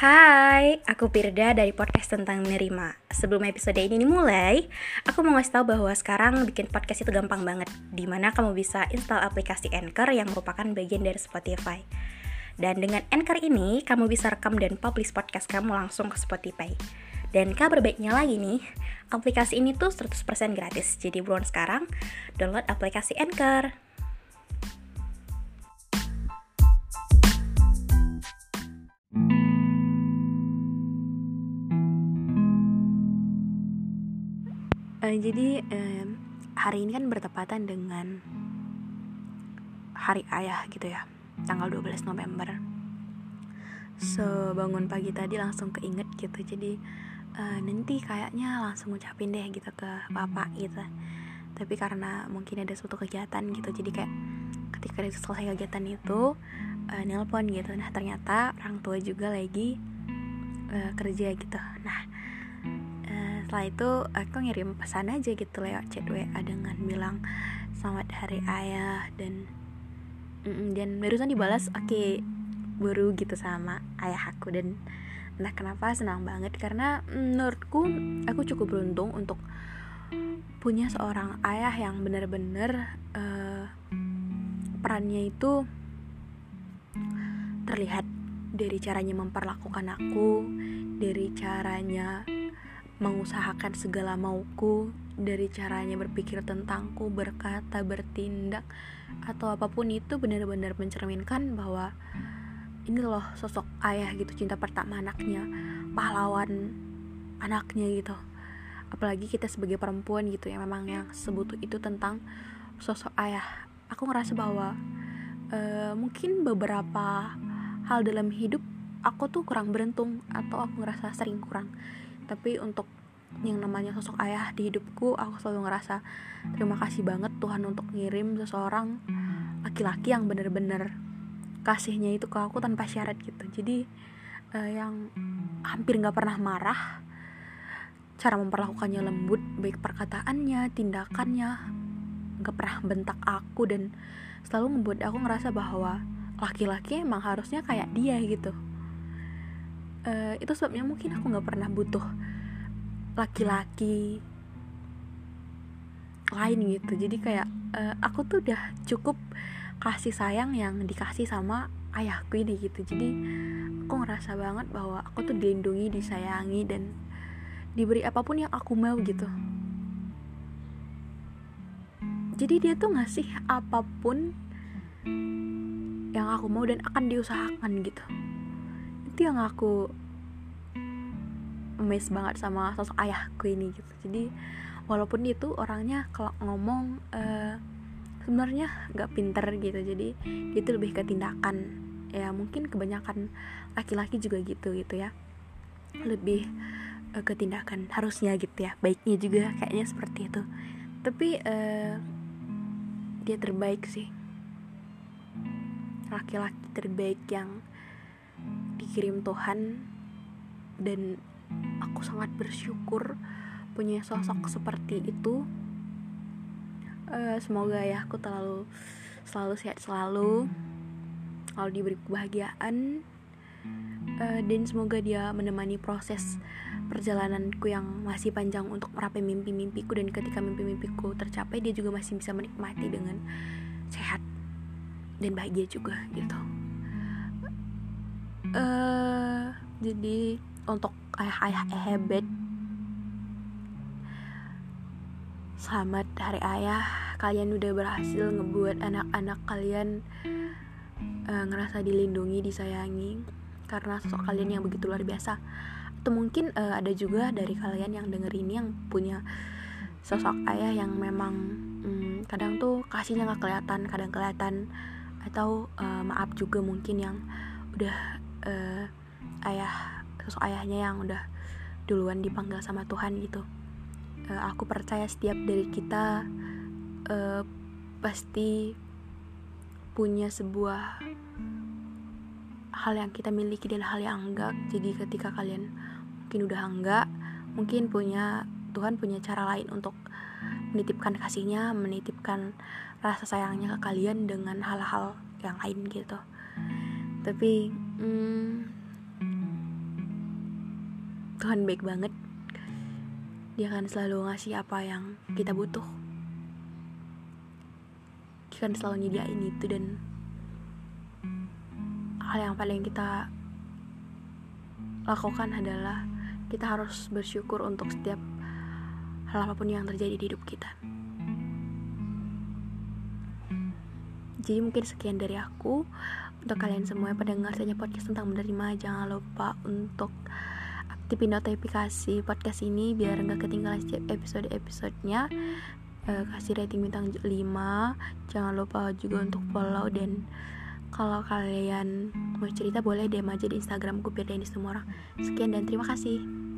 Hai, aku Pirda dari podcast tentang menerima. Sebelum episode ini dimulai, aku mau ngasih tahu bahwa sekarang bikin podcast itu gampang banget, dimana kamu bisa install aplikasi Anchor yang merupakan bagian dari Spotify. Dan dengan Anchor ini, kamu bisa rekam dan publish podcast kamu langsung ke Spotify. Dan kabar baiknya lagi nih, aplikasi ini tuh 100% gratis. Jadi buruan sekarang, download aplikasi Anchor. Jadi hari ini kan bertepatan dengan Hari Ayah gitu ya, tanggal 12 November. So bangun pagi tadi langsung keinget gitu. Jadi nanti kayaknya langsung ngucapin deh gitu ke bapak gitu. Tapi karena mungkin ada suatu kegiatan gitu, jadi kayak ketika selesai kegiatan itu nelpon gitu. Nah ternyata orang tua juga lagi kerja gitu. Nah setelah itu aku ngirim pesan aja gitu lewat chat WA dengan bilang selamat hari ayah dan barusan dibalas oke, baru gitu sama ayah aku. Dan entah kenapa senang banget karena menurutku aku cukup beruntung untuk punya seorang ayah yang benar-benar perannya itu terlihat dari caranya memperlakukan aku, dari caranya mengusahakan segala mauku, dari caranya berpikir tentangku, berkata, bertindak, atau apapun itu benar-benar mencerminkan bahwa ini loh sosok ayah gitu, cinta pertama anaknya, pahlawan anaknya gitu. Apalagi kita sebagai perempuan gitu ya, memang yang sebutuh itu tentang sosok ayah. Aku ngerasa bahwa mungkin beberapa hal dalam hidup aku tuh kurang beruntung, atau aku ngerasa sering kurang. Tapi untuk yang namanya sosok ayah di hidupku, aku selalu ngerasa terima kasih banget Tuhan untuk ngirim seseorang laki-laki yang benar-benar kasihnya itu ke aku tanpa syarat gitu. Jadi yang hampir gak pernah marah, cara memperlakukannya lembut, baik perkataannya, tindakannya, gak pernah bentak aku, dan selalu membuat aku ngerasa bahwa laki-laki emang harusnya kayak dia gitu. Itu sebabnya mungkin aku gak pernah butuh laki-laki lain gitu. Jadi kayak aku tuh udah cukup kasih sayang yang dikasih sama ayahku ini gitu. Jadi aku ngerasa banget bahwa aku tuh dilindungi, disayangi, dan diberi apapun yang aku mau gitu. Jadi dia tuh ngasih apapun yang aku mau dan akan diusahakan gitu. Itu yang aku amazed banget sama sosok ayahku ini gitu. Jadi walaupun itu orangnya kalau ngomong sebenarnya nggak pinter gitu, jadi itu lebih ke tindakan. Ya mungkin kebanyakan laki-laki juga gitu ya, lebih ke tindakan harusnya gitu ya, baiknya juga kayaknya seperti itu. Tapi dia terbaik sih, laki-laki terbaik yang dikirim Tuhan, dan aku sangat bersyukur punya sosok seperti itu. Semoga ya aku selalu sehat, selalu diberi kebahagiaan, dan semoga dia menemani proses perjalananku yang masih panjang untuk merapai mimpi-mimpiku, dan ketika mimpi-mimpiku tercapai dia juga masih bisa menikmati dengan sehat dan bahagia juga gitu. Jadi untuk ayah-ayah hebat, selamat hari ayah. Kalian udah berhasil ngebuat anak-anak kalian ngerasa dilindungi, disayangi karena sosok kalian yang begitu luar biasa. Atau mungkin ada juga dari kalian yang denger ini yang punya sosok ayah yang memang kadang tuh kasihnya gak kelihatan, kadang kelihatan. Atau maaf juga mungkin yang udah sosok ayahnya yang udah duluan dipanggil sama Tuhan gitu. Aku percaya setiap dari kita pasti punya sebuah hal yang kita miliki dan hal yang enggak. Jadi ketika kalian mungkin udah enggak, mungkin Tuhan punya cara lain untuk menitipkan kasihnya, menitipkan rasa sayangnya ke kalian dengan hal-hal yang lain gitu. Tapi Tuhan baik banget. Dia akan selalu ngasih apa yang kita butuh. Dia akan selalu nyediain itu. Dan hal yang paling kita lakukan adalah kita harus bersyukur untuk setiap hal apapun yang terjadi di hidup kita. Jadi mungkin sekian dari aku. Untuk kalian semua yang pendengar saja podcast tentang menerima, jangan lupa untuk aktifin notifikasi podcast ini biar gak ketinggalan setiap episode-episodenya. Kasih rating bintang 5. Jangan lupa juga untuk follow. Dan kalau kalian mau cerita boleh DM aja di Instagramku biar di semua orang. Sekian dan terima kasih.